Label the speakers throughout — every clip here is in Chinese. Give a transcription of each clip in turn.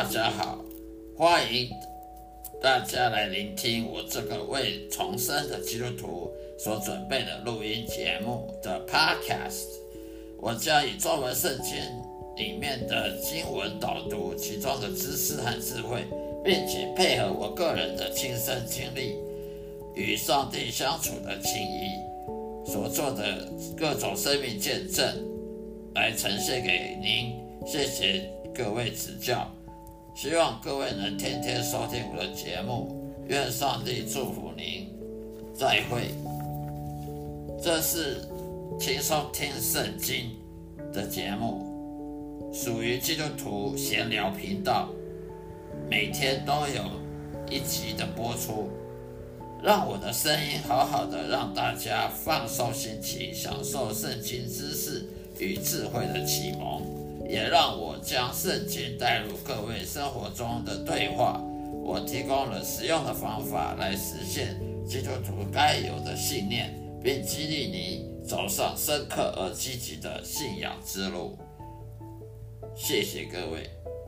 Speaker 1: 大家好，欢迎大家来聆听我这个为重生的基督徒所准备的录音节目的 Podcast。 我将以中文圣经里面的经文导读其中的知识和智慧，并且配合我个人的亲身经历与上帝相处的情谊所做的各种生命见证来呈现给您。谢谢各位指教，希望各位能天天收听我的节目，愿上帝祝福您，再会。这是轻松听圣经的节目，属于基督徒闲聊频道，每天都有一集的播出，让我的声音好好的让大家放松心情，享受圣经知识与智慧的启蒙，也让我将圣经带入各位生活中的对话。我提供了实用的方法来实现基督徒该有的信念，并激励你走上深刻而积极的信仰之路。谢谢各位。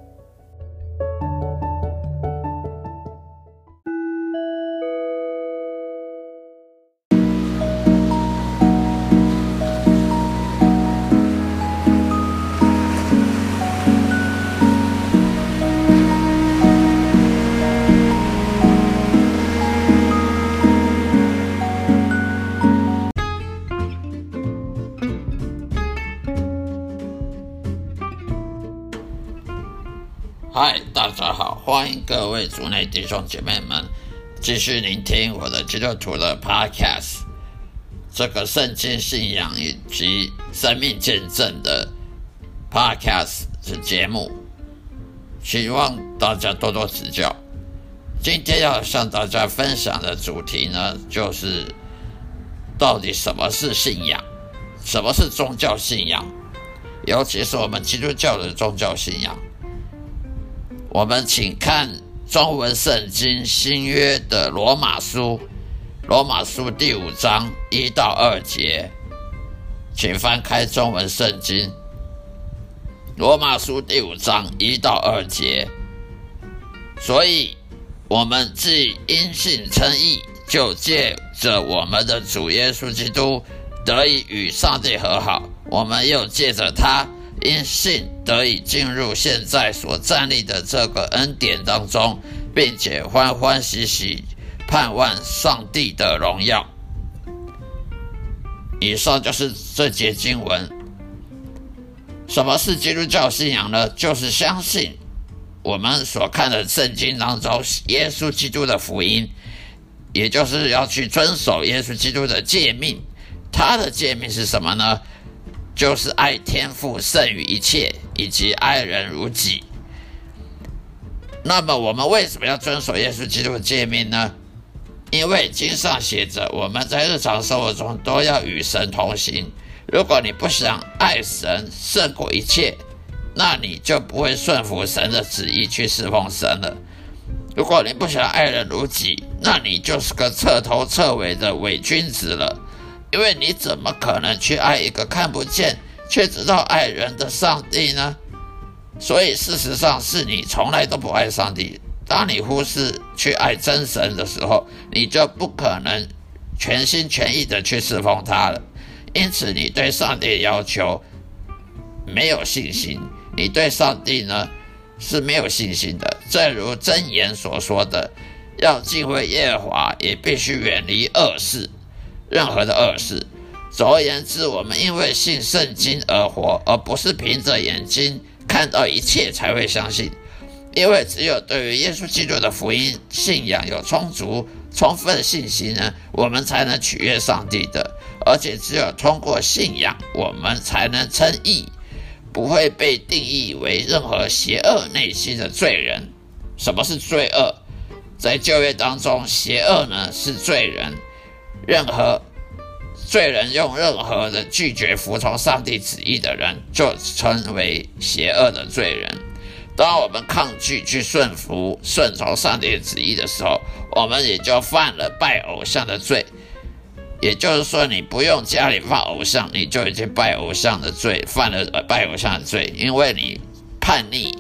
Speaker 1: 嗨，大家好，欢迎各位主内弟兄姐妹们继续聆听我的基督徒的 Podcast， 这个圣经信仰以及生命见证的 Podcast 的节目，希望大家多多指教。今天要向大家分享的主题呢，就是到底什么是信仰，什么是宗教信仰，尤其是我们基督教的宗教信仰。我们请看中文圣经新约的罗马书第5章1到2节，请翻开中文圣经罗马书第5章1到2节。所以我们既因信称义，就借着我们的主耶稣基督得以与上帝和好，我们又借着他因信得以进入现在所站立的这个恩典当中，并且欢欢喜喜盼望上帝的荣耀。以上就是这节经文。什么是基督教信仰呢？就是相信我们所看的圣经当中耶稣基督的福音，也就是要去遵守耶稣基督的诫命。他的诫命是什么呢？就是爱天父胜于一切，以及爱人如己。那么我们为什么要遵守耶稣基督的诫命呢？因为经上写着，我们在日常生活中都要与神同行。如果你不想爱神胜过一切，那你就不会顺服神的旨意去侍奉神了。如果你不想爱人如己，那你就是个彻头彻尾的伪君子了。因为你怎么可能去爱一个看不见却知道爱人的上帝呢？所以事实上是你从来都不爱上帝。当你忽视去爱真神的时候，你就不可能全心全意的去侍奉他了。因此你对上帝的要求没有信心，你对上帝呢是没有信心的。正如箴言所说的，要敬畏耶和华，也必须远离恶事，任何的恶事。总而言之，我们因为信圣经而活，而不是凭着眼睛看到一切才会相信。因为只有对于耶稣基督的福音信仰有充分的信心呢，我们才能取悦上帝的。而且只有通过信仰，我们才能称义，不会被定义为任何邪恶内心的罪人。什么是罪恶？在旧约当中，邪恶呢是罪人，任何罪人用任何的拒绝服从上帝旨意的人，就称为邪恶的罪人。当我们抗拒去顺从上帝的旨意的时候，我们也就犯了拜偶像的罪。也就是说，你不用家里放偶像，你就已经拜偶像的罪，犯了拜偶像的罪，因为你叛逆，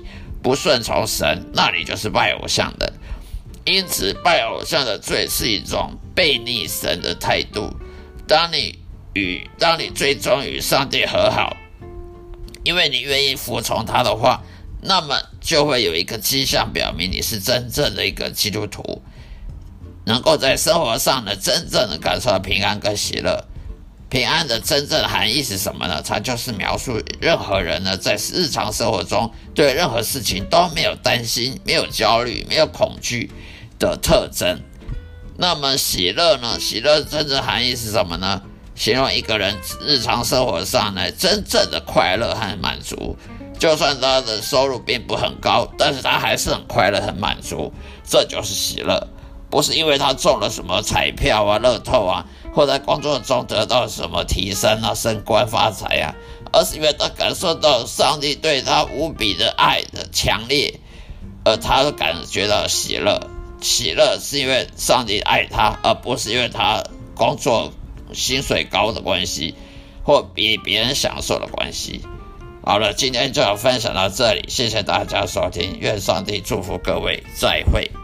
Speaker 1: 不顺从神，那你就是拜偶像的。因此，拜偶像的罪是一种背逆神的态度。当你最终与上帝和好，因为你愿意服从他的话，那么就会有一个迹象表明你是真正的一个基督徒，能够在生活上呢真正的感受到平安跟喜乐。平安的真正含义是什么呢？它就是描述任何人呢在日常生活中对任何事情都没有担心、没有焦虑、没有恐惧的特征。那么喜乐呢？喜乐真正含义是什么呢？形容一个人日常生活上呢真正的快乐和满足，就算他的收入并不很高，但是他还是很快乐、很满足，这就是喜乐。不是因为他中了什么彩票啊、乐透啊，或在工作中得到什么提升啊、升官发财啊，而是因为他感受到上帝对他无比的爱的强烈，而他感觉到喜乐。喜乐是因为上帝爱他，而不是因为他工作薪水高的关系，或比别人享受的关系。好了，今天就要分享到这里，谢谢大家收听，愿上帝祝福各位，再会。